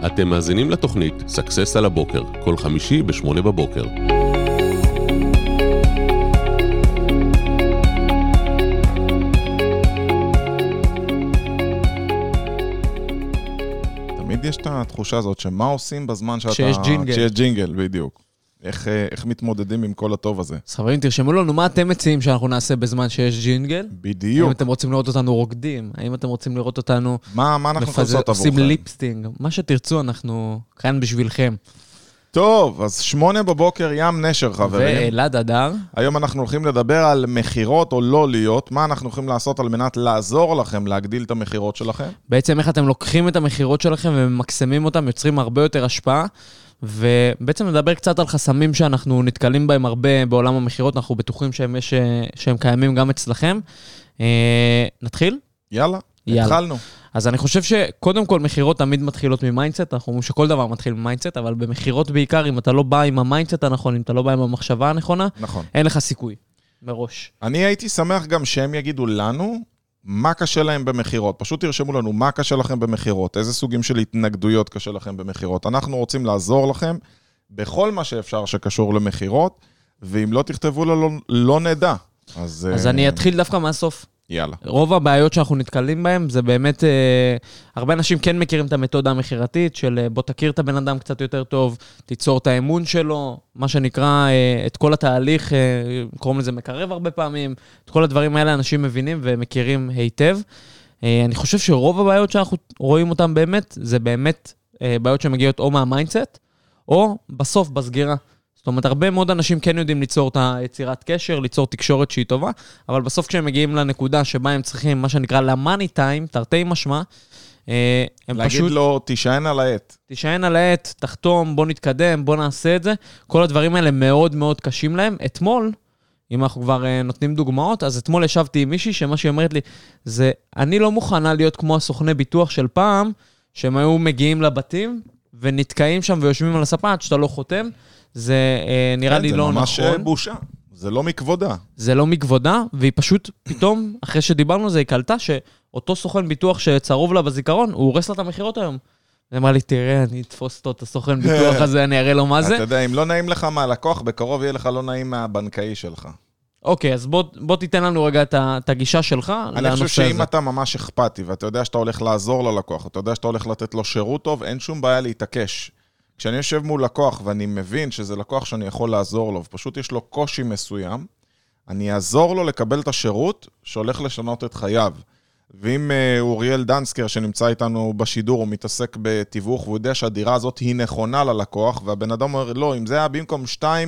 אתם מאזינים לתוכנית סקסס על הבוקר, כל חמישי ב8 בבוקר. תמיד יש את התחושה הזאת שמה עושים בזמן שאתה... שיש ג'ינגל. שיש ג'ינגל, בדיוק. איך מתמודדים עם כל הטוב הזה? אז חברים, תרשמו לנו מה אתם מציעים שאנחנו נעשה בזמן שיש ג'ינגל. בדיוק. האם אתם רוצים לראות אותנו רוקדים? האם אתם רוצים לראות אותנו... מה אנחנו יכולים לעשות עבורכם? עושים ליפסטינג. מה שתרצו, אנחנו כאן בשבילכם. טוב, אז 8 בבוקר ים נשר, חברים. ואלעד אדר. היום אנחנו הולכים לדבר על מחירות או לא להיות, מה אנחנו יכולים לעשות על מנת לעזור לכם להגדיל את המחירות שלכם. בעצם איך אתם לוקחים את המחירות שלכם וממקסמים אותם, יוצרים הרבה יותר השפעה, ובעצם נדבר קצת על חסמים שאנחנו נתקלים בהם הרבה בעולם המחירות, אנחנו בטוחים שהם קיימים גם אצלכם. נתחיל? יאללה, התחלנו. אז אני חושב שקודם כל מחירות תמיד מתחילות ממיינדסט, אנחנו אומרים שכל דבר מתחיל ממיינדסט, אבל במחירות בעיקר, אם אתה לא בא עם המיינדסט הנכון, אם אתה לא בא עם המחשבה הנכונה, נכון. אין לך סיכוי, מראש. אני הייתי שמח גם שהם יגידו לנו מה קשה להם במחירות. פשוט תרשמו לנו מה קשה לכם במחירות, איזה סוגים של התנגדויות קשה לכם במחירות. אנחנו רוצים לעזור לכם בכל מה שאפשר שקשור למחירות, ואם לא תכתבו לו, לא נדע. אז אני אתחיל דווקא מהסוף. יאללה. רוב הבעיות שאנחנו נתקלים בהן, זה באמת, הרבה אנשים כן מכירים את המתודה המחירתית, של בוא תכיר את הבן אדם קצת יותר טוב, תיצור את האמון שלו, מה שנקרא, את כל התהליך, קוראים לזה מקרב הרבה פעמים, את כל הדברים האלה אנשים מבינים ומכירים היטב. אני חושב שרוב הבעיות שאנחנו רואים אותן באמת, זה באמת בעיות שמגיעות או מהמיינדסט, או בסוף בסגירה. זאת אומרת, הרבה מאוד אנשים כן יודעים ליצור את היצירת קשר, ליצור תקשורת שהיא טובה, אבל בסוף כשהם מגיעים לנקודה שבה הם צריכים, מה שנקרא, למאני טיים, תרתי משמע, הם להגיד לו, תישען על העט. תישען על העט, תחתום, בוא נתקדם, בוא נעשה את זה. כל הדברים האלה מאוד מאוד קשים להם. אתמול, אם אנחנו כבר נותנים דוגמאות, אז אתמול ישבתי עם מישהי שמה שהיא אומרת לי, זה, אני לא מוכנה להיות כמו הסוכני ביטוח של פעם, שהם היו מגיעים לבתים, ונתקעים שם ויושבים על הספה, עד שאתה לא חותם. זה נראה לי לא נכון. זה ממש בושה. זה לא מכבודה. זה לא מכבודה, והיא פשוט פתאום, אחרי שדיברנו על זה, היא קלטה שאותו סוכן ביטוח שצרוב לה בזיכרון, הוא הורס לה את המחירות היום. היא אמרה לי, תראה, אני אתפוס אותו, את הסוכן ביטוח הזה, אני אראה לו מה זה. אתה יודע, אם לא נעים לך מהלקוח, בקרוב יהיה לך לא נעים מהבנקאי שלך. אוקיי, אז בוא תיתן לנו רגע את הגישה שלך. אני חושב שאם אתה ממש אכפתי, ואתה יודע שאתה הולך לעזור ללקוח, אתה יודע שאתה הולך לתת לו שירות טוב, אין שום בעיה להתעקש. כשאני יושב מול לקוח ואני מבין שזה לקוח שאני יכול לעזור לו, ופשוט יש לו קושי מסוים, אני אעזור לו לקבל את השירות שהולך לשנות את חייו. ואם אוריאל דנסקר שנמצא איתנו בשידור, הוא מתעסק בתיווך, והוא יודע שהדירה הזאת היא נכונה ללקוח, והבן אדם אומר, לא, אם זה היה במקום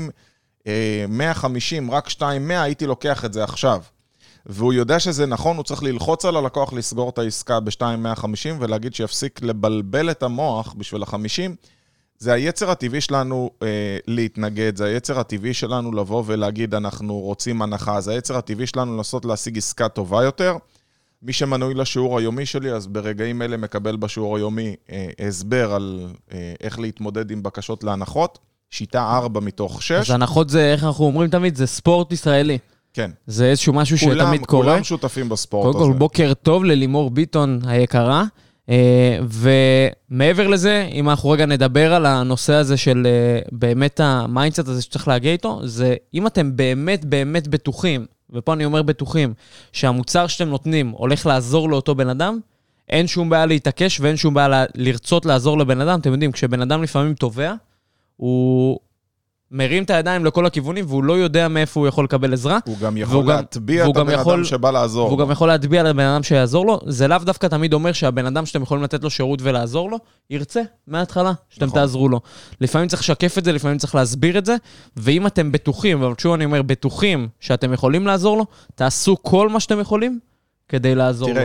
2,150, רק 2,100, הייתי לוקח את זה עכשיו. והוא יודע שזה נכון, הוא צריך ללחוץ על הלקוח לסגור את העסקה ב-2,150, ולהגיד שיפסיק לבלבל את המוח בשביל ה-50, זה היצר הטבעי שלנו להתנגד, זה היצר הטבעי שלנו לבוא ולהגיד אנחנו רוצים הנחה, זה היצר הטבעי שלנו לנסות להשיג עסקה טובה יותר. מי שמנוי לשיעור היומי שלי, אז ברגעים אלה מקבל בשיעור היומי הסבר על איך להתמודד עם בקשות להנחות, שיטה 4 מתוך 6. אז הנחות זה, איך אנחנו אומרים תמיד, זה ספורט ישראלי. כן. זה איזשהו משהו שתמיד קורה. כולם שותפים בספורט הזה. קודם כל בוקר טוב ללימור ביטון היקרה. ומעבר לזה, אם אנחנו רגע נדבר על הנושא הזה של באמת המיינדסט הזה שצריך להגיע איתו, זה אם אתם באמת באמת בטוחים, ופה אני אומר בטוחים, שהמוצר שאתם נותנים הולך לעזור לאותו בן אדם, אין שום בעיה להתעקש ואין שום בעיה לרצות לעזור לבן אדם. אתם יודעים, כשבן אדם לפעמים תובע, הוא מרים את הידיים לכל הכיוונים, והוא לא יודע מאיפה הוא יכול לקבל עזרה. הוא גם יכול להטביע את הבן אדם שבא לעזור. והוא גם יכול להטביע לבן אדם שיעזור לו. זה לאו דווקא תמיד אומר שהבן אדם שאתם יכולים לתת לו שירות ולעזור לו, ירצה מההתחלה שאתם תעזרו לו. לפעמים צריך לשקף את זה, לפעמים צריך להסביר את זה, ואם אתם בטוחים, אבל שוב אני אומר, בטוחים שאתם יכולים לעזור לו, תעשו כל מה שאתם יכולים כדי לעזור לו. תראה,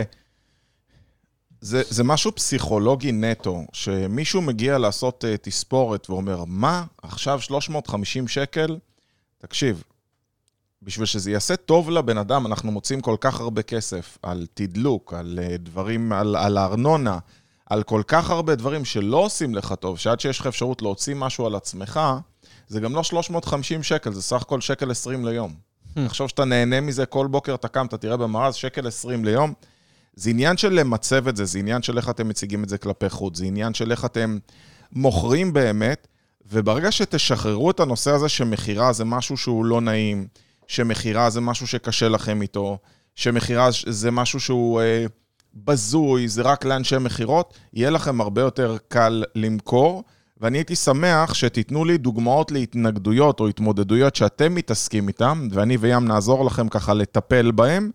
זה משהו פסיכולוגי נטו, שמישהו מגיע לעשות תספורת ואומר, מה? עכשיו 350 שקל? תקשיב, בשביל שזה יעשה טוב לבן אדם, אנחנו מוצאים כל כך הרבה כסף על תדלוק, על דברים, על הארנונה, על כל כך הרבה דברים שלא עושים לך טוב, שעד שיש לך אפשרות להוציא משהו על עצמך, זה גם לא 350 שקל, זה סך הכל 1.20 שקל ליום. עכשיו שאתה נהנה מזה כל בוקר, אתה קם, אתה תראה במראה, 1.20 שקל ליום, זה עניין של למצב את זה, זה עניין של איך אתם מציגים את זה כלפי חוץ, זה עניין של איך אתם מוכרים באמת, וברגע שתשחררו את הנושא הזה שמחירה זה משהו שהוא לא נעים, שמחירה זה משהו שקשה לכם איתו, שמחירה זה משהו שהוא בזוי, זה רק לאנשי מחירות, יהיה לכם הרבה יותר קל למכור, ואני הייתי שמח שתיתנו לי דוגמאות להתנגדויות או התמודדויות שאתם מתעסקים איתם, ואני וים נעזור לכם ככה לטפל בהם,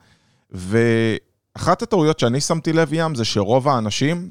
ואחת הטעויות שאני שמתי לב ים זה שרוב האנשים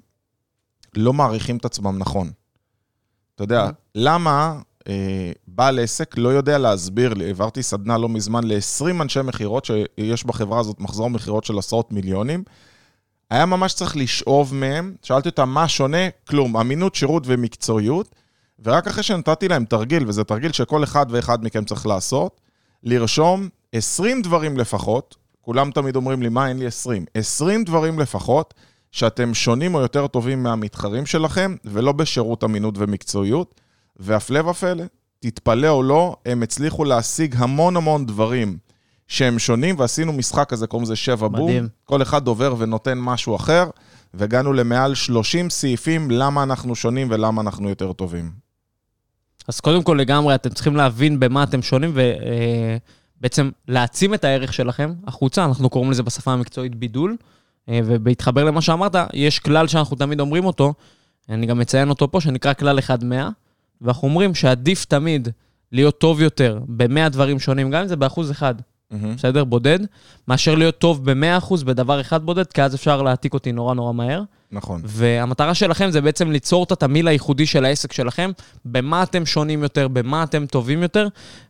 לא מעריכים את עצמם נכון. אתה יודע, למה בעל עסק לא יודע להסביר לי, העברתי סדנה לא מזמן ל-20 אנשי מחירות שיש בחברה הזאת מחזור מחירות של עשרות מיליונים, היה ממש צריך לשאוב מהם, שאלתי אותם מה שונה, כלום, אמינות, שירות ומקצועיות, ורק אחרי שנתתי להם תרגיל, וזה תרגיל שכל אחד ואחד מכם צריך לעשות, לרשום 20 דברים לפחות, כולם תמיד אומרים לי מה אין לי 20, 20 דברים לפחות, שאתם שונים או יותר טובים מהמתחרים שלכם, ולא בשירות אמינות ומקצועיות, והפלא ופלא, תתפלא או לא, הם הצליחו להשיג המון המון דברים שהם שונים, ועשינו משחק כזה, קוראים לזה 7 בום, כל אחד דובר ונותן משהו אחר, והגענו למעל 30 סעיפים למה אנחנו שונים ולמה אנחנו יותר טובים. אז קודם כל לגמרי, אתם צריכים להבין במה אתם שונים, ובעצם להעצים את הערך שלכם החוצה, אנחנו קוראים לזה בשפה המקצועית בידול, ובהתחבר למה שאמרת, יש כלל שאנחנו תמיד אומרים אותו, אני גם מציין אותו פה, שנקרא כלל 1-100, ואנחנו אומרים שעדיף תמיד להיות טוב יותר ב100 דברים שונים, גם אם זה ב1%, בסדר? בודד, מאשר להיות טוב ב100% בדבר אחד בודד, כי אז אפשר להעתיק אותי נורא נורא מהר. נכון. והמטרה שלכם זה בעצם ליצור את התמיל הייחודי של העסק שלכם, במה אתם שונים יותר, במה אתם טובים יותר,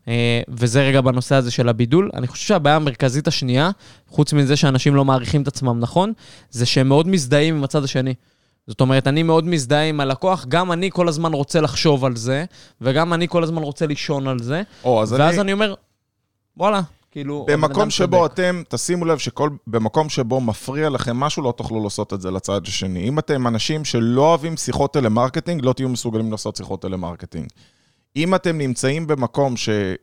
וזה רגע בנושא הזה של הבידול. אני חושב שהבעיה המרכזית השנייה, חוץ מזה שאנשים לא מעריכים את עצמם נכון, זה שהם מאוד מזדהים עם הצד השני. זאת אומרת, אני מאוד מזדהה עם הלקוח, גם אני כל הזמן רוצה לחשוב על זה, וגם אני כל הזמן רוצה לישון על זה, ואז אני אומר, וואלה, כאילו... במקום שבו אתם, תשימו לב במקום שבו מפריע לכם משהו, לא תוכלו לעשות את זה לצד השני. אם אתם אנשים שלא אוהבים שיחות טלמרקטינג, לא תהיו מסוגלים לעשות שיחות טלמרקטינג. אם אתם נמצאים במקום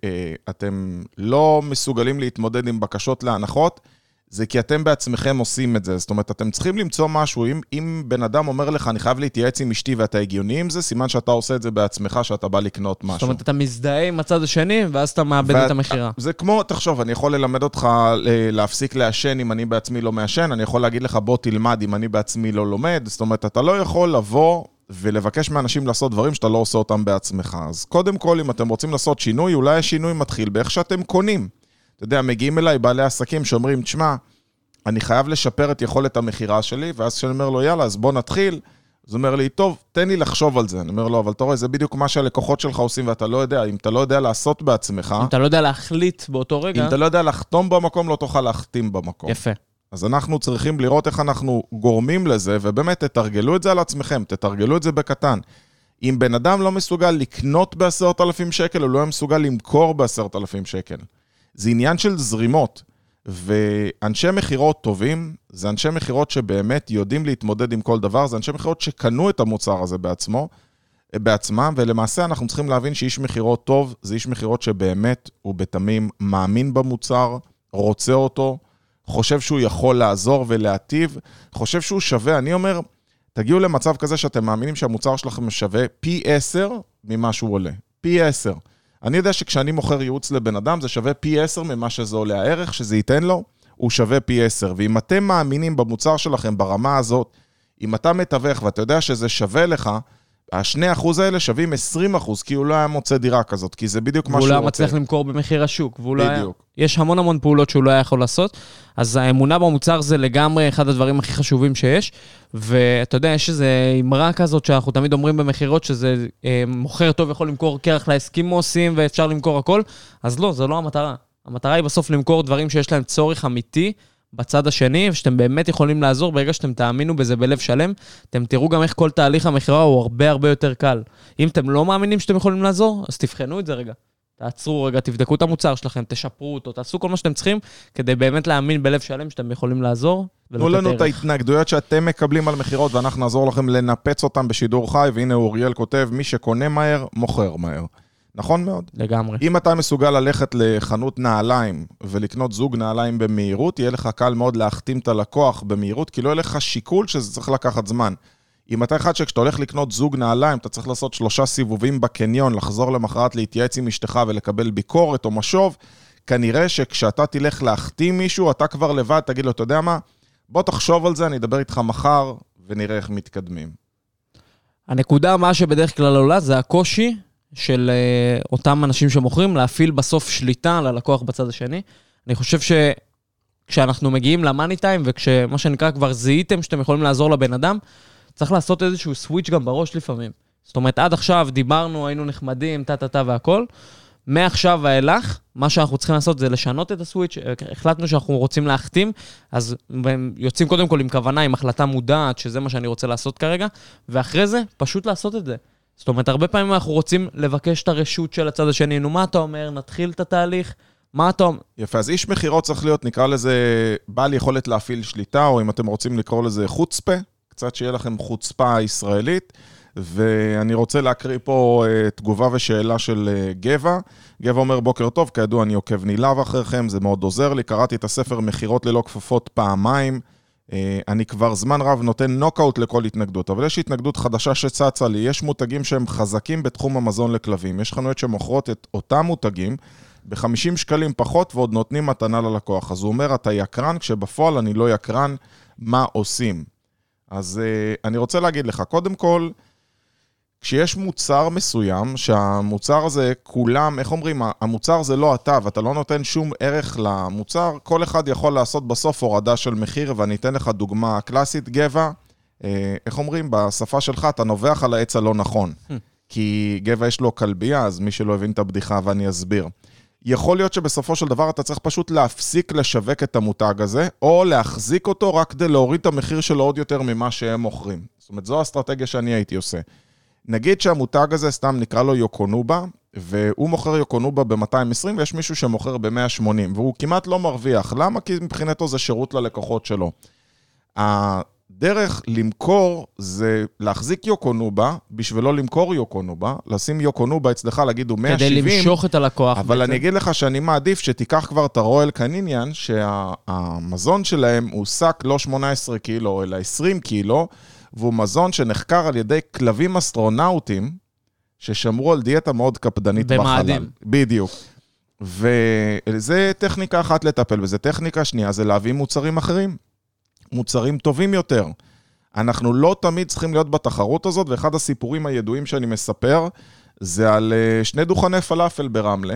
שאתם לא מסוגלים להתמודד עם בקשות להנחות, זה כי אתם בעצמכם עושים את זה. זאת אומרת, אתם צריכים למצוא משהו. אם בן אדם אומר לך, אני חייב להתייעץ עם אשתי ואתה הגיוני עם זה, סימן שאתה עושה את זה בעצמך, שאתה בא לקנות משהו. זאת אומרת, אתה מזדהה עם הצד השני, ואז אתה מאבד את המחירה. זה כמו, תחשוב, אני יכול ללמד אותך להפסיק לעשן אם אני בעצמי לא מעשן, אני יכול להגיד לך, בוא תלמד אם אני בעצמי לא לומד. זאת אומרת, אתה לא יכול לבוא ולבקש מאנשים לעשות דברים שאתה לא עושה אותם בעצמך. אז קודם כל, אם אתם רוצים לעשות שינוי, אולי השינוי מתחיל באיך שאתם קונים. אתה יודע, מגיעים אליי בעלי עסקים שאומרים, תשמע, אני חייב לשפר את יכולת המחירה שלי, ואז כשאני אומר לו, יאללה, אז בוא נתחיל, אז הוא אומר לי, טוב, תן לי לחשוב על זה. אני אומר לו, אבל אתה רואה, זה בדיוק מה שהלקוחות שלך עושים, ואתה לא יודע, אם אתה לא יודע לעשות בעצמך, אם אתה לא יודע להחליט באותו רגע, אם אתה לא יודע לחתום במקום, לא תוכל להחתים במקום. יפה. אז אנחנו צריכים לראות איך אנחנו גורמים לזה, ובאמת תתרגלו את זה על עצמכם, תתרגלו את זה בקטן. אם בן אדם לא מסוגל לקנות ב10,000 שקל, הוא לא מסוגל למכור ב10,000 שקל. זה עניין של זרימות, ואנשי מחירות טובים, זה אנשי מחירות שבאמת יודעים להתמודד עם כל דבר, זה אנשי מחירות שקנו את המוצר הזה בעצמם, ולמעשה אנחנו צריכים להבין שאיש מחירות טוב, זה איש מחירות שבאמת הוא בתמים מאמין במוצר, רוצה אותו, חושב שהוא יכול לעזור ולהטיב, חושב שהוא שווה. אני אומר, תגיעו למצב כזה שאתם מאמינים שהמוצר שלכם שווה פי 10 ממה שהוא עולה. פי 10. אני יודע שכשאני מוכר ייעוץ לבן אדם, זה שווה פי 10 ממה שזה עולה. הערך שזה ייתן לו, הוא שווה פי 10. ואם אתם מאמינים במוצר שלכם ברמה הזאת, אם אתה מתווך ואתה יודע שזה שווה לך, ה2% האלה שווים 20%, כי הוא לא היה מוצא דירה כזאת, כי זה בדיוק מה שהוא רוצה. והוא לא מצליח למכור במחיר השוק, יש המון המון פעולות שהוא לא היה יכול לעשות, אז האמונה במוצר זה לגמרי אחד הדברים הכי חשובים שיש, ואתה יודע, יש איזו אמרה כזאת שאנחנו תמיד אומרים במחירות, שזה מוכר טוב יכול למכור קרח לאסקימוסים, ואפשר למכור הכל, אז לא, זו לא המטרה. המטרה היא בסוף למכור דברים שיש להם צורך אמיתי, בצד השני, ושאתם באמת יכולים לעזור, ברגע שאתם תאמינו בזה בלב שלם, אתם תראו גם איך כל תהליך המחירה הוא הרבה הרבה יותר קל. אם אתם לא מאמינים שאתם יכולים לעזור, אז תבחנו את זה רגע. תעצרו רגע, תבדקו את המוצר שלכם, תשפרו אותו, תעשו כל מה שאתם צריכים, כדי באמת להאמין בלב שלם שאתם יכולים לעזור. תנו לנו את ההתנגדויות שאתם מקבלים על מחירות, ואנחנו נעזור לכם לנפץ אותם בשידור חי, והנה אוריאל כותב, מי שקונה מהר, מוכר מהר. נכון מאוד. לגמרי. אם אתה מסוגל ללכת לחנות נעליים ולקנות זוג נעליים במהירות, יהיה לך קל מאוד להחתים את הלקוח במהירות, כי לא יהיה לך שיקול שזה צריך לקחת זמן. אם אתה אחד שכשאתה הולך לקנות זוג נעליים, אתה צריך לעשות 3 סיבובים בקניון, לחזור למחרת להתייעץ עם אשתך ולקבל ביקורת או משוב, כנראה שכשאתה תלך להחתים מישהו, אתה כבר לבד, תגיד לו, אתה יודע מה? בוא תחשוב על זה, אני אדבר איתך מחר, ונראה איך מתקדמים. הנקודה הבאה שבדרך כלל עולה, זה הקושי של אותם אנשים שמוכרים, להפעיל בסוף שליטה על הלקוח בצד השני. אני חושב שכשאנחנו מגיעים למאני טיים, וכשמה שנקרא כבר זיהיתם שאתם יכולים לעזור לבן אדם, צריך לעשות איזשהו סוויץ' גם בראש לפעמים. זאת אומרת, עד עכשיו דיברנו, היינו נחמדים, טה והכל. מעכשיו ואילך, מה שאנחנו צריכים לעשות זה לשנות את הסוויץ'. החלטנו שאנחנו רוצים להחתים, אז יוצאים קודם כל עם כוונה, עם החלטה מודעת, שזה מה שאני רוצה לעשות כרגע, ואחרי זה פשוט לעשות את זה. זאת אומרת, הרבה פעמים אנחנו רוצים לבקש את הרשות של הצד השני. נו, מה אתה אומר? נתחיל את התהליך? מה אתה אומר? יפה, אז איש מחירות צריך להיות, נקרא לזה, בעל יכולת להפעיל שליטה, או אם אתם רוצים לקרוא לזה חוצפה, קצת שיהיה לכם חוצפה ישראלית, ואני רוצה להקריא פה תגובה ושאלה של גבע. גבע אומר, בוקר טוב, כידוע אני עוקב נלהב אחריכם, זה מאוד עוזר לי, קראתי את הספר מחירות ללא כפפות פעמיים, אני כבר זמן רב נותן נוקאוט לכל התנגדות, אבל יש התנגדות חדשה שצצה לי, יש מותגים שהם חזקים בתחום המזון לכלבים, יש חנויות שמוכרות את אותם מותגים, ב-50 שקלים פחות ועוד נותנים מתנה ללקוח, אז הוא אומר, אתה יקרן, כשבפועל אני לא יקרן, מה עושים? אז אני רוצה להגיד לך, קודם כל, כשיש מוצר מסוים, שהמוצר הזה כולם, איך אומרים, המוצר זה לא אתה, ואתה לא נותן שום ערך למוצר, כל אחד יכול לעשות בסוף הורדה של מחיר, ואני אתן לך דוגמה קלאסית, גבע, איך אומרים, בשפה שלך אתה נובח על העץ הלא נכון, כי גבע יש לו כלבייה, אז מי שלא הבין את הבדיחה ואני אסביר. יכול להיות שבסופו של דבר אתה צריך פשוט להפסיק לשווק את המותג הזה, או להחזיק אותו רק כדי להוריד את המחיר שלו עוד יותר ממה שהם מוכרים. זאת אומרת, זו האסטרטגיה שאני הייתי עושה. נגיד שהמותג הזה סתם נקרא לו יוקונובה, והוא מוכר יוקונובה ב-220, ויש מישהו שמוכר ב-180, והוא כמעט לא מרוויח. למה? כי מבחינתו זה שירות ללקוחות שלו. הדרך למכור זה להחזיק יוקונובה, בשביל לא למכור יוקונובה, לשים יוקונובה אצלך, להגיד הוא 170. כדי למשוך את הלקוח. אבל בעצם. אני אגיד לך שאני מעדיף שתיקח כבר את הרויאל קניניאן, שהמזון שלהם הוא שק לא 18 קילו, אלא 20 קילו, והוא מזון שנחקר על ידי כלבים אסטרונאוטים, ששמרו על דיאטה מאוד קפדנית בחלל. בדיוק. וזה טכניקה אחת לטפל, וזה טכניקה שנייה, זה להביא מוצרים אחרים. מוצרים טובים יותר. אנחנו לא תמיד צריכים להיות בתחרות הזאת, ואחד הסיפורים הידועים שאני מספר, זה על 2 דוכני פלאפל ברמלה,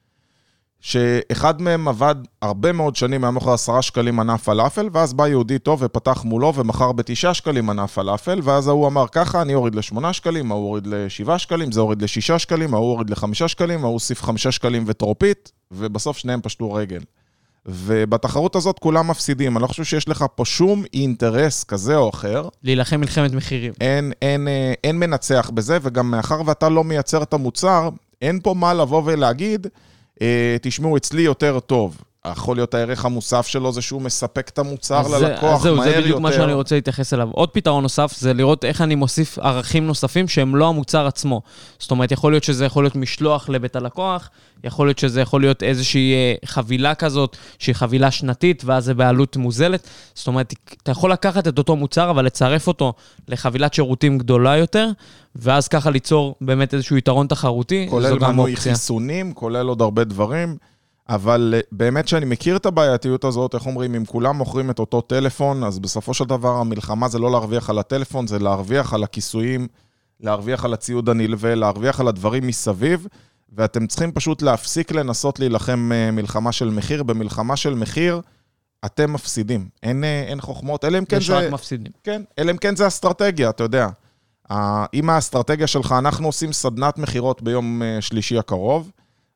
שאחד מהם עבד הרבה מאוד שנים, היה מוכר 10 שקלים מנה פלאפל, ואז בא יהודי טוב ופתח מולו ומכר ב9 שקלים מנה פלאפל, ואז הוא אמר ככה, אני אוריד ל8 שקלים, הוא אוריד ל7 שקלים, זה אוריד ל6 שקלים, הוא אוריד ל5 שקלים, הוא הוסיף 5 שקלים וטרופית, ובסוף שניהם פשטו רגל. ובתחרות הזאת כולם מפסידים, אני לא חושב שיש לך פה שום אינטרס כזה או אחר. להילחם מלחמת מחירים. אין מנצח בזה, וגם מאחר ואתה לא מייצר את המוצר, אין פה מה לבוא ולהגיד, תשמעו, אצלי יותר טוב. יכול להיות הערך המוסף שלו, זה שהוא מספק את המוצר ללקוח מהר יותר. זה בדיוק מה שאני רוצה להתייחס אליו. עוד פתרון נוסף, זה לראות איך אני מוסיף ערכים נוספים שהם לא המוצר עצמו. זאת אומרת, יכול להיות שזה יכול להיות משלוח לבית הלקוח, יכול להיות שזה יכול להיות איזושהי חבילה כזאת, שהיא חבילה שנתית, ואז זה בעלות מוזלת. זאת אומרת, אתה יכול לקחת את אותו מוצר, אבל לצרף אותו לחבילת שירותים גדולה יותר, ואז ככה ליצור באמת איזשהו יתרון תחרותי. כולל מנוי חיסונים, כולל עוד הרבה דברים. אבל באמת שאני מכיר את הבעייתיות הזאת, איך אומרים, אם כולם מוכרים את אותו טלפון, אז בסופו של דבר המלחמה זה לא להרוויח על הטלפון, זה להרוויח על הכיסויים, להרוויח על הציוד הנלווה, להרוויח על הדברים מסביב, ואתם צריכים פשוט להפסיק לנסות להילחם מלחמה של מחיר. במלחמה של מחיר, אתם מפסידים. אין חוכמות, אלא אם כן זה... יש רק מפסידים. כן, אלא אם כן זה אסטרטגיה, אתה יודע. אם האסטרטגיה שלך, אנחנו עושים סדנת מחירות ביום שלישי הקרוב,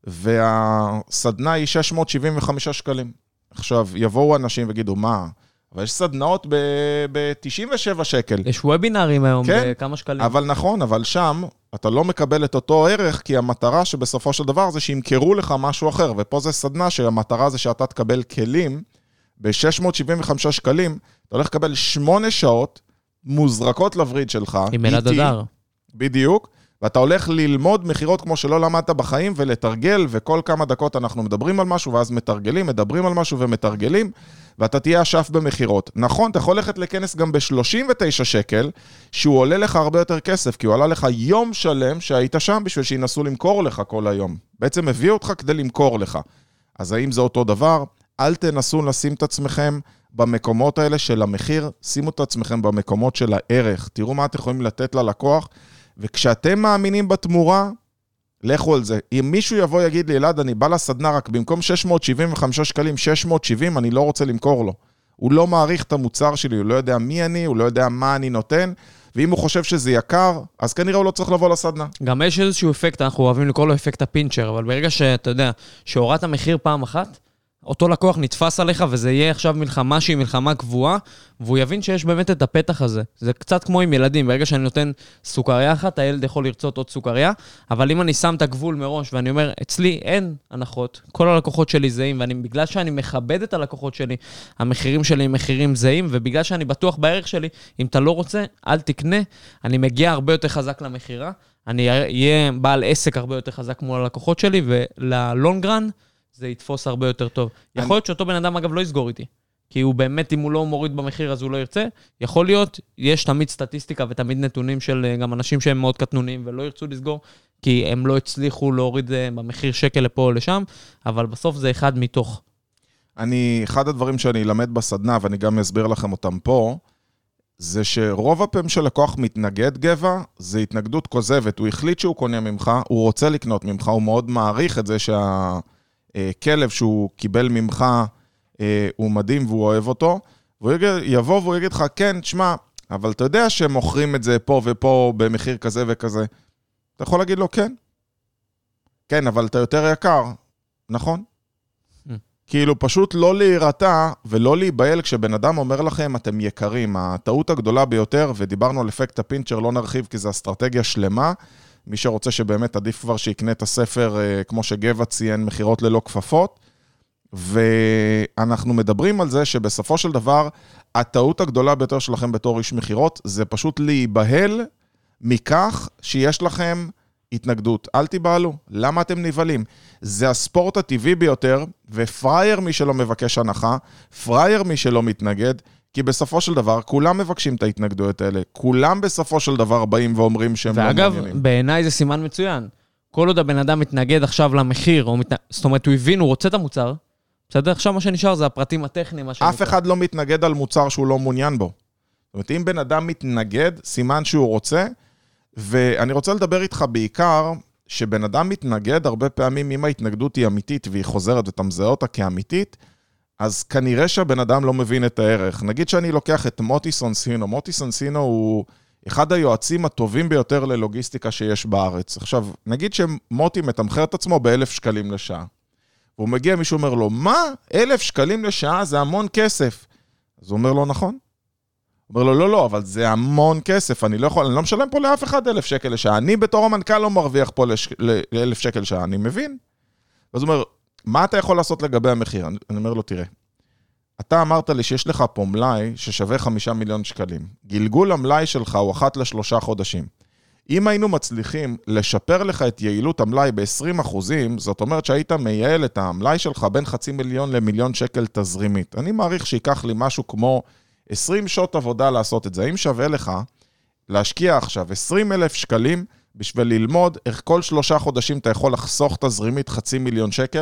והסדנה היא 675 שקלים. עכשיו, יבואו אנשים ויגידו, מה? אבל יש סדנאות ב-97 שקל. יש וובינרים היום כן, בכמה שקלים. אבל נכון, אבל שם אתה לא מקבל את אותו ערך, כי המטרה שבסופו של דבר זה שימכרו לך משהו אחר, ופה זה סדנה שהמטרה זה שאתה תקבל כלים, ב-675 שקלים, אתה הולך לקבל 8 שעות מוזרקות לווריד שלך. עם אלעד אדר. בדיוק. ואתה הולך ללמוד מחירות כמו שלא למדת בחיים, ולתרגל, וכל כמה דקות אנחנו מדברים על משהו, ואז מתרגלים, מדברים על משהו ומתרגלים, ואתה תהיה אשף במחירות. נכון, אתה יכול ללכת לכנס גם ב-39 שקל, שהוא עולה לך הרבה יותר כסף, כי הוא עלה לך יום שלם שהיית שם בשביל שינסו למכור לך כל היום. בעצם הביא אותך כדי למכור לך. אז האם זה אותו דבר? אל תנסו לשים את עצמכם במקומות האלה של המחיר, שימו את עצמכם במקומות של הערך. תראו מה אתם יכולים לתת ללקוח, וכשאתם מאמינים בתמורה, לכו על זה. אם מישהו יבוא יגיד לי, אלעד, אני בא לסדנה רק במקום 675 שקלים, 670, אני לא רוצה למכור לו. הוא לא מעריך את המוצר שלי, הוא לא יודע מי אני, הוא לא יודע מה אני נותן, ואם הוא חושב שזה יקר, אז כנראה הוא לא צריך לבוא לסדנה. גם יש איזשהו אפקט, אנחנו אוהבים לקרוא לו אפקט הפינצ'ר, אבל ברגע שאתה יודע, שהורדת המחיר פעם אחת, אותו לקוח נתפס עליך, וזה יהיה עכשיו מלחמה שהיא מלחמה קבועה, והוא יבין שיש באמת את הפתח הזה. זה קצת כמו עם ילדים, ברגע שאני נותן סוכריה אחת, הילד יכול לרצות עוד סוכריה, אבל אם אני שם את הגבול מראש, ואני אומר, אצלי אין הנחות, כל הלקוחות שלי זהים, ובגלל שאני מכבד את הלקוחות שלי, המחירים שלי הם מחירים זהים, ובגלל שאני בטוח בערך שלי, אם אתה לא רוצה, אל תקנה, אני מגיע הרבה יותר חזק למחירה, אני אהיה בעל עסק הרבה יותר חזק מול הלקוחות שלי, וללונגרן, זה יתפוס הרבה יותר טוב. יכול להיות שאותו בן אדם, אגב, לא יסגור איתי. כי הוא באמת, אם הוא לא מוריד במחיר, אז הוא לא ירצה. יכול להיות, יש תמיד סטטיסטיקה ותמיד נתונים של גם אנשים שהם מאוד קטנוניים ולא ירצו לסגור, כי הם לא הצליחו להוריד במחיר שקל לפה או לשם, אבל בסוף זה אחד מתוך. אחד הדברים שאני אלמד בסדנה, ואני גם אסביר לכם אותם פה, זה שרוב הפעמים שלקוח מתנגד גבע, זה התנגדות כוזבת. הוא החליט שהוא קונה ממך, הוא רוצה לקנות ממך, הוא מאוד מעריך את זה כלב שהוא קיבל ממך, הוא מדהים והוא אוהב אותו, והוא יבוא והוא יגיד לך, כן, תשמע, אבל אתה יודע שהם מוכרים את זה פה ופה במחיר כזה וכזה. אתה יכול להגיד לו, כן. כן, אבל אתה יותר יקר, נכון? כאילו פשוט לא להירתע ולא להיבהל כשבן אדם אומר לכם, אתם יקרים. הטעות הגדולה ביותר, ודיברנו על אפקט הפינצ'ר, לא נרחיב כי זו אסטרטגיה שלמה, מי שרוצה שבאמת עדיף כבר שיקנה את הספר, כמו שגבע ציין, מחירות ללא כפפות, ואנחנו מדברים על זה שבסופו של דבר, הטעות הגדולה ביותר שלכם בתור איש מחירות, זה פשוט להיבהל מכך שיש לכם התנגדות. אל תיבהלו, למה אתם נבהלים? זה הספורט הטבעי ביותר, ופרייר מי שלא מבקש הנחה, פרייר מי שלא מתנגד, כי בסופו של דבר, כולם מבקשים את ההתנגדויות האלה. כולם בסופו של דבר באים ואומרים שהם לא מעוניינים. ואגב, בעיניי זה סימן מצוין. כל עוד הבן אדם מתנגד עכשיו למחיר, זאת אומרת, הוא הבין, הוא רוצה את המוצר. בסדר? עכשיו מה שנשאר זה הפרטים הטכניים. אף אחד לא מתנגד על מוצר שהוא לא מעוניין בו. זאת אומרת, אם בן אדם מתנגד, סימן שהוא רוצה, ואני רוצה לדבר איתך בעיקר, שבן אדם מתנגד הרבה פעמים, אם ההתנגדות היא אמיתית, והיא חוזרת ואתה מזהה אותה כאמיתית, אז כנראה שהבן אדם לא מבין את הערך. נגיד שאני לוקח את מוטי סונסינו. מוטי סונסינו הוא אחד היועצים הטובים ביותר ללוגיסטיקה שיש בארץ. עכשיו, נגיד שמוטי מתמחר את עצמו ב1,000 שקלים לשעה. והוא מגיע, מישהו אומר לו, מה? 1,000 שקלים לשעה זה המון כסף. אז הוא אומר לו, נכון. הוא אומר לו, לא, אבל זה המון כסף. אני לא משלם פה לאף אחד 1,000 שקל לשעה. אני בתור המנכ"ל לא מרוויח פה ל1,000 שקל לשעה. אני מבין. אז הוא אומר, מה אתה יכול לעשות לגבי המחיר? אני אומר לו, תראה, אתה אמרת לי שיש לך פה מלאי ששווה 5 מיליון שקלים. גלגול המלאי שלך הוא 1 ל3 חודשים. אם היינו מצליחים לשפר לך את יעילות המלאי ב-20%, זאת אומרת שהיית מייעל את המלאי שלך בין 500,000 ל1,000,000 שקל תזרימית. אני מעריך שיקח לי משהו כמו 20 שעות עבודה לעשות את זה. האם שווה לך להשקיע עכשיו 20,000 שקלים בשביל ללמוד איך כל 3 חודשים אתה יכול לחסוך תזרימית 500,000 שקל?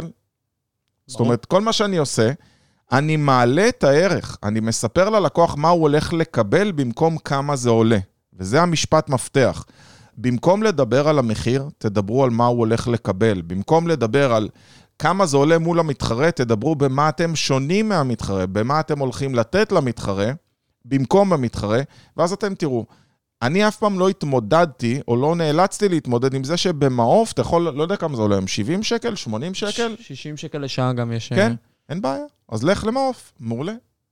זאת אומרת, כל מה שאני עושה, אני מעלה את הערך, אני מספר ללקוח מה הוא הולך לקבל במקום כמה זה עולה. וזה המשפט מפתח. במקום לדבר על המחיר, תדברו על מה הוא הולך לקבל. במקום לדבר על כמה זה עולה מול המתחרה, תדברו במה אתם שונים מהמתחרה, במה אתם הולכים לתת למתחרה, במקום המתחרה, ואז אתם תראו, אני אף פעם לא התמודדתי, או לא נאלצתי להתמודד עם זה שבמעוף, אתה יכול, לא יודע כמה זה עולה, 70 שקל, 80 שקל? 60 שקל לשעה גם יש. כן, אין בעיה. אז לך למעוף, מעולה.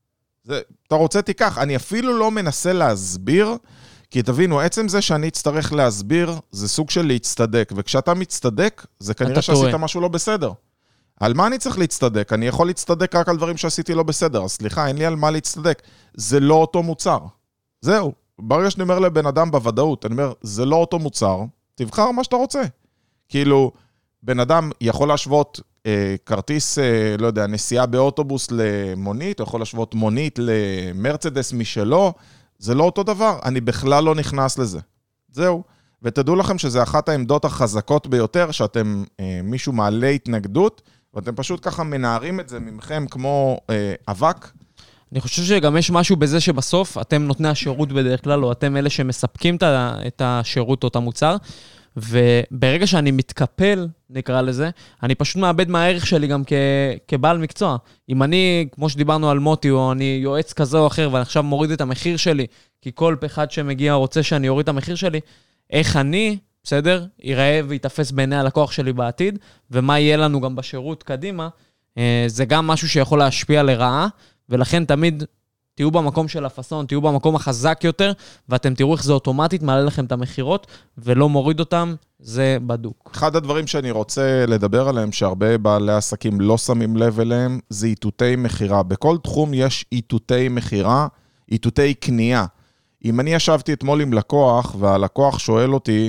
אתה רוצה תיקח, אני אפילו לא מנסה להסביר, כי תבינו, עצם זה שאני אצטרך להסביר, זה סוג של להצטדק, וכשאתה מצטדק, זה כנראה שעשית משהו לא בסדר. על מה אני צריך להצטדק? אני יכול להצטדק רק על דברים שעשיתי לא בסדר, אז סליחה, אין לי על מה להצטדק. זה לא אותו מוצר. זהו. ברגע שאני אומר לבן אדם בוודאות, אני אומר, זה לא אותו מוצר, תבחר מה שאתה רוצה. כאילו, בן אדם יכול להשוות כרטיס, לא יודע, נסיעה באוטובוס למונית, או יכול להשוות מונית למרצדס משלו, זה לא אותו דבר, אני בכלל לא נכנס לזה. זהו. ותדעו לכם שזה אחת העמדות החזקות ביותר, שאתם, מישהו מעלה התנגדות, ואתם פשוט ככה מנערים את זה ממכם כמו אבק. אני חושב שגם יש משהו בזה שבסוף אתם נותני השירות בדרך כלל, או אתם אלה שמספקים את השירות או את המוצר, וברגע שאני מתקפל, נקרא לזה, אני פשוט מאבד מהערך שלי גם כבעל מקצוע. אם אני, כמו שדיברנו על מוטי, או אני יועץ כזה או אחר, ואני עכשיו מוריד את המחיר שלי, כי כל אחד שמגיע רוצה שאני אוריד את המחיר שלי, איך אני, בסדר, ייראה ויתפס בעיני הלקוח שלי בעתיד, ומה יהיה לנו גם בשירות קדימה, זה גם משהו שיכול להשפיע לרעה, ולכן תמיד תהיו במקום של הפסון, תהיו במקום החזק יותר, ואתם תראו איך זה אוטומטית מעלה לכם את המחירות, ולא מוריד אותם, זה בדוק. אחד הדברים שאני רוצה לדבר עליהם, שהרבה בעלי עסקים לא שמים לב אליהם, זה איתותי מחירה. בכל תחום יש איתותי מחירה, איתותי קנייה. אם אני ישבתי אתמול עם לקוח, והלקוח שואל אותי,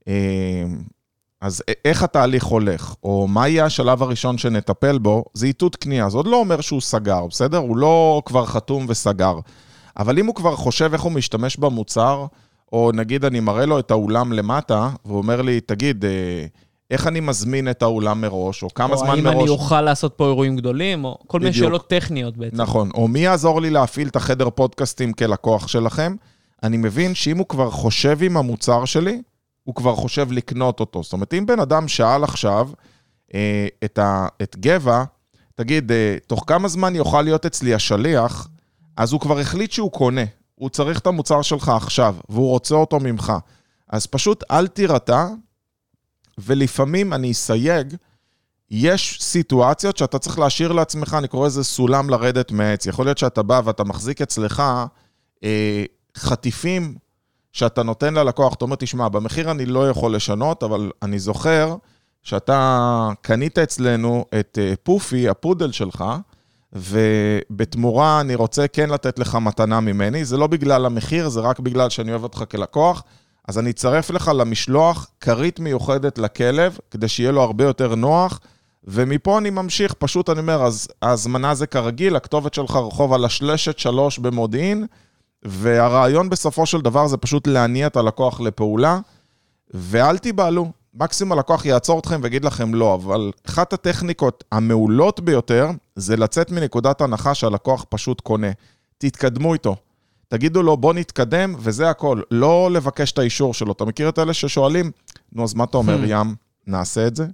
אז איך התהליך הולך, או מה יהיה השלב הראשון שנטפל בו, זה איתות קנייה. זה עוד לא אומר שהוא סגר, בסדר? הוא לא כבר חתום וסגר. אבל אם הוא כבר חושב איך הוא משתמש במוצר, או נגיד אני מראה לו את האולם למטה, והוא אומר לי, תגיד, איך אני מזמין את האולם מראש, או כמה זמן מראש... או האם אני אוכל לעשות פה אירועים גדולים, או כל מיני שאלות טכניות בעצם. נכון, או מי יעזור לי להפעיל את החדר פודקאסטים כלקוח שלכם, אני מבין שאם הוא כבר חושב עם המוצר שלי, הוא כבר חושב לקנות אותו. זאת אומרת, אם בן אדם שאל עכשיו את גבע, תגיד, תוך כמה זמן יוכל להיות אצלי השליח, אז הוא כבר החליט שהוא קונה. הוא צריך את המוצר שלך עכשיו, והוא רוצה אותו ממך. אז פשוט אל תירתע, ולפעמים אני אסייג, יש סיטואציות שאתה צריך להשאיר לעצמך, אני קורא לזה סולם לרדת מעץ. יכול להיות שאתה בא ואתה מחזיק אצלך חטיפים, שאתה נותן ללקוח, אתה אומר, תשמע, במחיר אני לא יכול לשנות, אבל אני זוכר שאתה קנית אצלנו את פופי, הפודל שלך, ובתמורה אני רוצה כן לתת לך מתנה ממני, זה לא בגלל המחיר, זה רק בגלל שאני אוהב אותך כלקוח, אז אני אצרף לך למשלוח כרית מיוחדת לכלב, כדי שיהיה לו הרבה יותר נוח, ומפה אני ממשיך, פשוט אני אומר, אז ההזמנה זה כרגיל, הכתובת שלך רחוב על השלשת 3 במודיעין, והרעיון בסופו של דבר זה פשוט להניע את הלקוח לפעולה, ואל תיבעלו. מקסימום הלקוח יעצור אתכם ויגיד לכם לא, אבל אחת הטכניקות המעולות ביותר, זה לצאת מנקודת הנחה שהלקוח פשוט קונה. תתקדמו איתו. תגידו לו, בוא נתקדם, וזה הכל. לא לבקש את האישור שלו. אתה מכיר את אלה ששואלים, נו, אז מה אתה אומר, ים, נעשה את זה?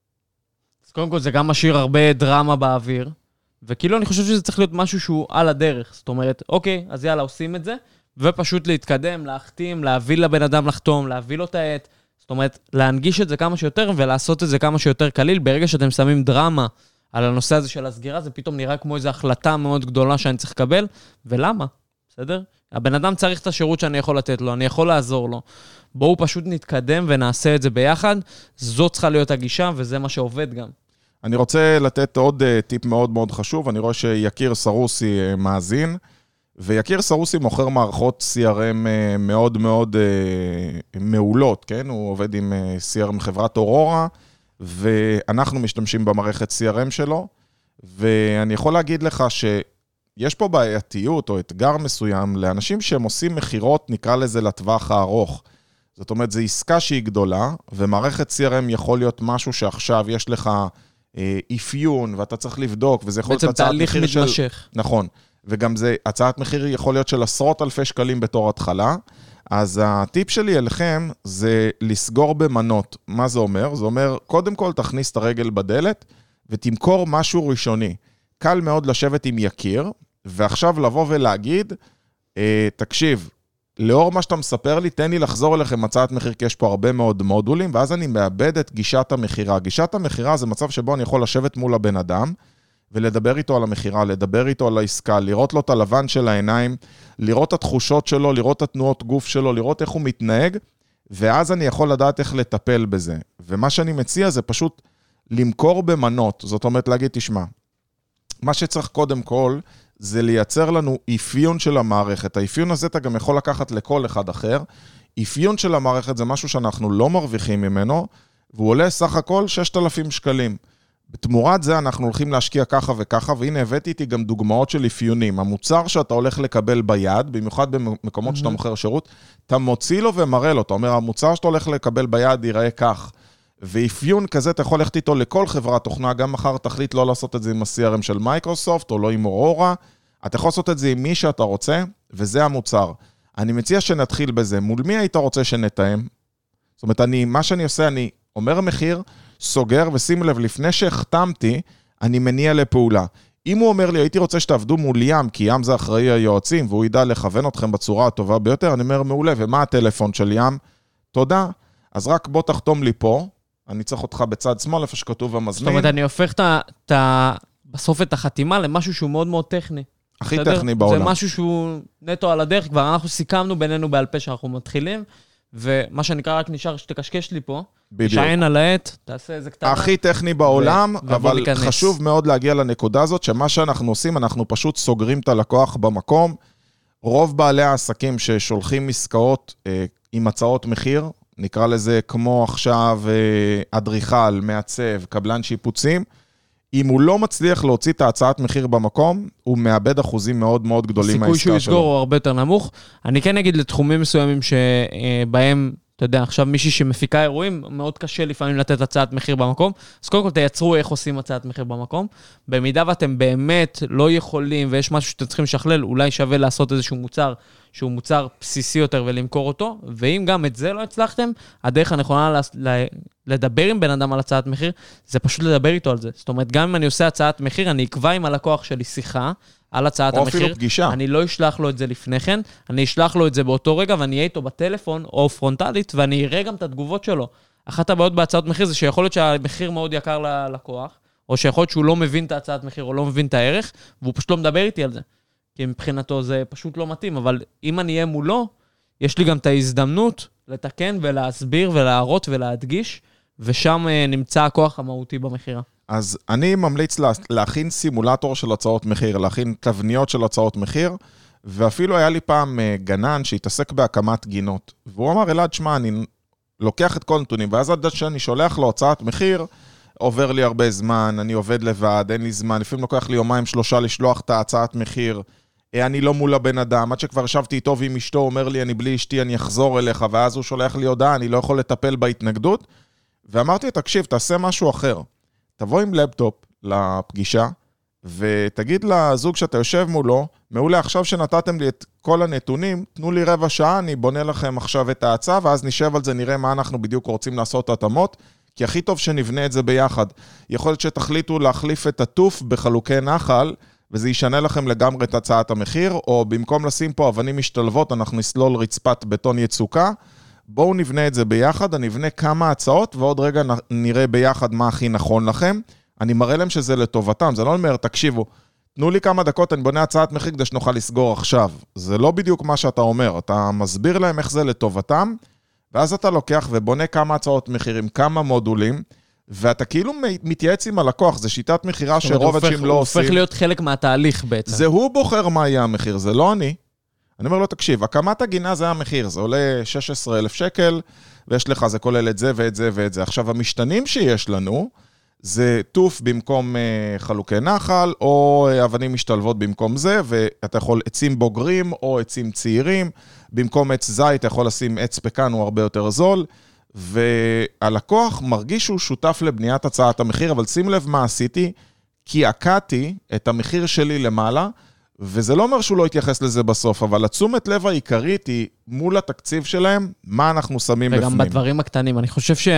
אז קודם כל, זה גם משאיר הרבה דרמה באוויר, וכאילו אני חושב שזה צריך להיות משהו שהוא על הדרך. זאת אומרת, אוקיי, אז יאללה, עושים את זה, ופשוט להתקדם, להחתים, להביא לבן אדם לחתום, להביא לו את העט. זאת אומרת, להנגיש את זה כמה שיותר, ולעשות את זה כמה שיותר קליל. ברגע שאתם שמים דרמה על הנושא הזה של הסגירה, זה פתאום נראה כמו איזו החלטה מאוד גדולה שאני צריך לקבל, ולמה? בסדר? הבן אדם צריך את השירות שאני יכול לתת לו, אני יכול לעזור לו. בואו פשוט נתקדם ונעשה את זה ביחד. זאת צריכה להיות הגישה, וזה מה שעובד גם. אני רוצה לתת עוד טיפ מאוד מאוד חשוב. אני רואה שיקיר סרוסי מאזין, ויקיר סרוסי מוכר מערכות CRM מאוד מאוד מעולות, כן? הוא עובד עם CRM חברת אורורה, ואנחנו משתמשים במערכת CRM שלו, ואני יכול להגיד לך שיש פה בעייתיות או אתגר מסוים לאנשים שהם עושים מחירות, נקרא לזה לטווח הארוך. זאת אומרת, זו עסקה שהיא גדולה, ומערכת CRM יכול להיות משהו שעכשיו יש לך אפיון, ואתה צריך לבדוק, וזה יכול להיות הצעת מחיר של... בעצם תהליך מתמשך. נכון. וגם זה, הצעת מחיר יכול להיות של עשרות אלפי שקלים בתור התחלה, אז הטיפ שלי אליכם זה לסגור במנות. מה זה אומר? זה אומר, קודם כל תכניס את הרגל בדלת, ותמכור משהו ראשוני. קל מאוד לשבת עם יקיר, ועכשיו לבוא ולהגיד, תקשיב, לאור מה שאתה מספר לי, תן לי לחזור אליכם הצעת מחיר, כי יש פה הרבה מאוד מודולים, ואז אני מאבד את גישת המחירה. גישת המחירה זה מצב שבו אני יכול לשבת מול הבן אדם, ולדבר איתו על המחירה, לדבר איתו על העסקה, לראות לו את הלבן של העיניים, לראות את התחושות שלו, לראות את התנועות גוף שלו, לראות איך הוא מתנהג, ואז אני יכול לדעת איך לטפל בזה. ומה שאני מציע זה פשוט למכור במנות. זאת אומרת להגיד, תשמע, מה שצריך קודם כל, זה לייצר לנו אפיון של המערכת. האפיון הזה אתה גם יכול לקחת לכל אחד אחר. אפיון של המערכת זה משהו שאנחנו לא מרוויחים ממנו, והוא עולה סך הכל 6,000 שקלים. בתמורת זה אנחנו הולכים להשקיע ככה וככה, והנה הבאתי איתי גם דוגמאות של אפיונים. המוצר שאתה הולך לקבל ביד, במיוחד במקומות שאתה מוכר שירות, אתה מוציא לו ומראה לו. אתה אומר, המוצר שאתה הולך לקבל ביד ייראה כך. ואפיון כזה אתה יכול ללכת איתו לכל חברת תוכנה, גם מחר תחליט לא לעשות את זה עם ה-CRM של מייקרוסופט, או לא עם אורורה. אתה יכול לעשות את זה עם מי שאתה רוצה, וזה המוצר. אני מציע שנתחיל בזה. מול מי היית רוצה שנתאם? זאת אומרת, מה שאני עושה, אני אומר מחיר, סוגר, ושים לב, לפני שהחתמתי, אני מניע לפעולה. אם הוא אומר לי, הייתי רוצה שתעבדו מול ים, כי ים זה אחראי היועצים, והוא ידע לכוון אתכם בצורה הטובה ביותר, אני אומר, מעולה, ומה הטלפון של ים? תודה. אז רק בוא תחתום לי פה, אני צריך אותך בצד שמאל, איפה שכתוב המזמין. זאת אומרת, אני הופך בסוף את החתימה למשהו שהוא מאוד מאוד טכני. הכי טכני בעולם. זה משהו שהוא נטו על הדרך, כבר אנחנו סיכמנו בינינו בעל פה שאנחנו מתחילים, ומה שנקרא רק נשאר שתקשקש לי פה, שעין על העט, תעשה איזה קטנה. הכי טכני בעולם, אבל חשוב מאוד להגיע לנקודה הזאת, שמה שאנחנו עושים, אנחנו פשוט סוגרים את הלקוח במקום. רוב בעלי העסקים ששולחים עסקאות עם הצעות מחיר, נקרא לזה כמו עכשיו אדריכל, מעצב, קבלן שיפוצים, אם הוא לא מצליח להוציא את ההצעת מחיר במקום, הוא מאבד אחוזים מאוד מאוד גדולים מהעסקה שלו. הסיכוי שהוא יסגור הוא הרבה יותר נמוך. אני כן אגיד לתחומים מסוימים שבהם, אתה יודע, עכשיו מישהי שמפיקה אירועים, מאוד קשה לפעמים לתת הצעת מחיר במקום. אז קודם כל תייצרו איך עושים הצעת מחיר במקום. במידה ואתם באמת לא יכולים, ויש משהו שאתם צריכים לשכלל, אולי שווה לעשות איזשהו מוצר, שהוא מוצר בסיסי יותר ולמכור אותו. ואם גם את זה לא הצלחתם, הדרך הנכונה לדבר עם בן אדם על הצעת מחיר, זה פשוט לדבר איתו על זה. זאת אומרת, גם אם אני עושה הצעת מחיר, אני אקבע עם הלקוח שלי שיחה, על הצעת המחיר. או אפילו פגישה. אני לא אשלח לו את זה לפני כן, אני אשלח לו את זה באותו רגע, ואני אהיה איתו בטלפון או פרונטלית, ואני אראה גם את התגובות שלו. אחת הבעיות בהצעת מחיר זה שיכול להיות שהמחיר מאוד יקר ללקוח, או שיכול להיות שהוא לא מבין את ההצעת מחיר, או לא מבין את הערך, והוא פשוט לא מדבר איתי על זה. כי מבחינתו זה פשוט לא מתאים, אבל אם אני אהיה מולו, יש לי גם את ההזדמנות לתקן ולהסביר ולהראות ולהדגיש, ושם נמצא הכוח המהותי במחירה. אז אני ממליץ להכין סימולטור של הצעות מחיר, להכין תבניות של הצעות מחיר, ואפילו היה לי פעם גנן שהתעסק בהקמת גינות. והוא אמר, אלעד, שמה, אני לוקח את כל נתונים, ואז עד שאני שולח לו הצעת מחיר, עובר לי הרבה זמן, אני עובד לבד, אין לי זמן, לפעמים לוקח לי 2-3 לשלוח את ההצעת מחיר, אני לא מול הבן אדם, עד שכבר ישבתי איתו ועם אשתו, אומר לי, אני בלי אשתי, אני אחזור אליך, ואז הוא שולח לי הודעה, אני לא יכול לטפל בהתנגדות, ואמרתי, תקשיב, תעשה משהו אחר. תבוא עם לפטופ לפגישה, ותגיד לזוג שאתה יושב מולו, מעולה, עכשיו שנתתם לי את כל הנתונים, תנו לי רבע שעה, אני בונה לכם עכשיו את ההצעה, ואז נשב על זה, נראה מה אנחנו בדיוק רוצים לעשות התאמות, כי הכי טוב שנבנה את זה ביחד. יכול להיות שתחליטו להחליף את הטוף בחלוקי נחל, וזה ישנה לכם לגמרי את הצעת המחיר, או במקום לשים פה אבנים משתלבות, אנחנו נסלול רצפת בטון יצוקה, בואו נבנה את זה ביחד, אני אבנה כמה הצעות, ועוד רגע נראה ביחד מה הכי נכון לכם. אני מראה להם שזה לטובתם, זה לא אומר, תקשיבו, תנו לי כמה דקות, אני בונה הצעת מחיר כדי שנוכל לסגור עכשיו. זה לא בדיוק מה שאתה אומר, אתה מסביר להם איך זה לטובתם, ואז אתה לוקח ובונה כמה הצעות מחירים, כמה מודולים, ואתה כאילו מתייעץ עם הלקוח, זה שיטת מחירה שרוב אנשים לא עושים. הוא הופך להיות חלק מהתהליך בעצם. זה הוא בוחר מה יהיה המחיר, זה לא אני. אני אומר לו, תקשיב, הקמת הגינה זה המחיר, זה עולה 16,000 שקל, ויש לך, זה כולל את זה ואת זה ואת זה. עכשיו, המשתנים שיש לנו, זה טוף במקום חלוקי נחל, או אבנים משתלבות במקום זה, ואתה יכול עצים בוגרים או עצים צעירים, במקום עץ זית, אתה יכול לשים עץ פקן, הוא הרבה יותר זול, והלקוח מרגיש שהוא שותף לבניית הצעת המחיר, אבל שים לב מה עשיתי, כי עקעתי את המחיר שלי למעלה, וזה לא אומר שהוא לא יתייחס לזה בסוף, אבל התשומת לב העיקרית היא מול התקציב שלהם, מה אנחנו שמים בפנים. וגם בדברים הקטנים, אני חושב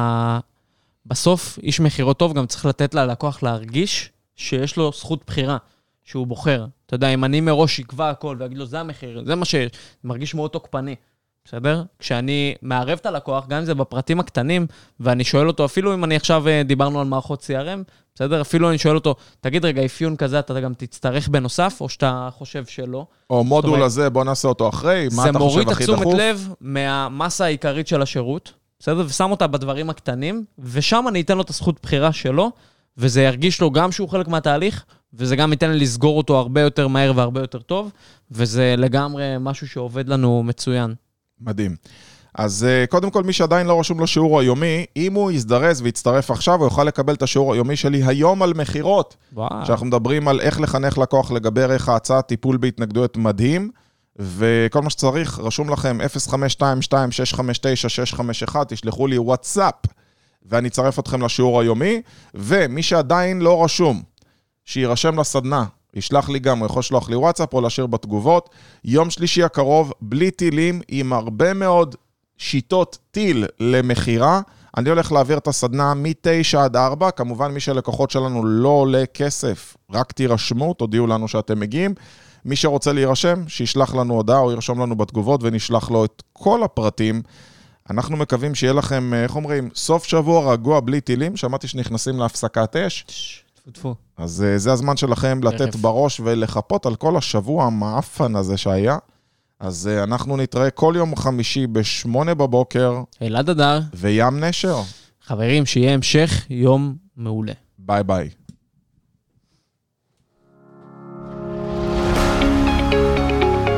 בסוף איש מחירות טוב גם צריך לתת ללקוח להרגיש שיש לו זכות בחירה, שהוא בוחר. אתה יודע, אם אני מראש יקבע הכל ואגיד לו, זה המחיר, זה מה שמרגיש מאוד תוקפני. בסדר? כשאני מערב את הלקוח, גם אם זה בפרטים הקטנים, ואני שואל אותו, אפילו אם אני עכשיו דיברנו על מערכות CRM, בסדר? אפילו אני שואל אותו, תגיד רגע, אפיון כזה, אתה גם תצטרך בנוסף, או שאתה חושב שלא? או מודול הזה, בוא נעשה אותו אחרי, מה אתה חושב הכי דחוף? זה מוריד את תשומת לב מהמסה העיקרית של השירות, בסדר? ושם אותה בדברים הקטנים, ושם אני אתן לו את הזכות בחירה שלו, וזה ירגיש לו גם שהוא חלק מהתהליך, וזה גם ייתן לי לסגור אותו הרבה יותר מהר והרבה יותר טוב, וזה לגמרי משהו שעובד לנו מצוין. מדהים. אז קודם כל, מי שעדיין לא רשום לו שיעור היומי, אם הוא יזדרז ויצטרף עכשיו, הוא יוכל לקבל את השיעור היומי שלי היום על מחירות. שאנחנו מדברים על איך לחנך לקוח לגבי ערך ההצעה, טיפול בהתנגדויות מדהים, וכל מה שצריך, רשום לכם 0522-659-651, תשלחו לי וואטסאפ, ואני אצרף אתכם לשיעור היומי, ומי שעדיין לא רשום, שירשם לסדנה, ישלח לי גם, הוא יכול לשלוח לי וואטסאפ או להשאיר בתגובות. יום שלישי הקרוב, בלי טילים, עם הרבה מאוד שיטות טיל למחירה. אני הולך להעביר את הסדנה מ-9 עד 4, כמובן מי שלקוחות שלנו לא עולה כסף, רק תירשמו, תודיעו לנו שאתם מגיעים. מי שרוצה להירשם, שישלח לנו הודעה או ירשום לנו בתגובות ונשלח לו את כל הפרטים. אנחנו מקווים שיהיה לכם, איך אומרים, סוף שבוע רגוע בלי טילים, שמעתי שנכנסים להפסקת אש. טפו. אז זה הזמן שלכם לתת בראש ולחפות על כל השבוע המאפן הזה שהיה. אז אנחנו נתראה כל יום חמישי ב-8 בבוקר. אלעד אדר. וים נשר. חברים, שיהיה המשך יום מעולה. ביי ביי.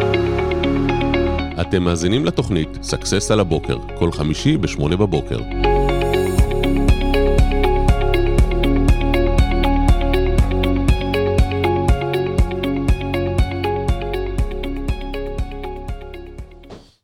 אתם מאזינים לתוכנית Success על הבוקר, כל חמישי ב-8 בבוקר.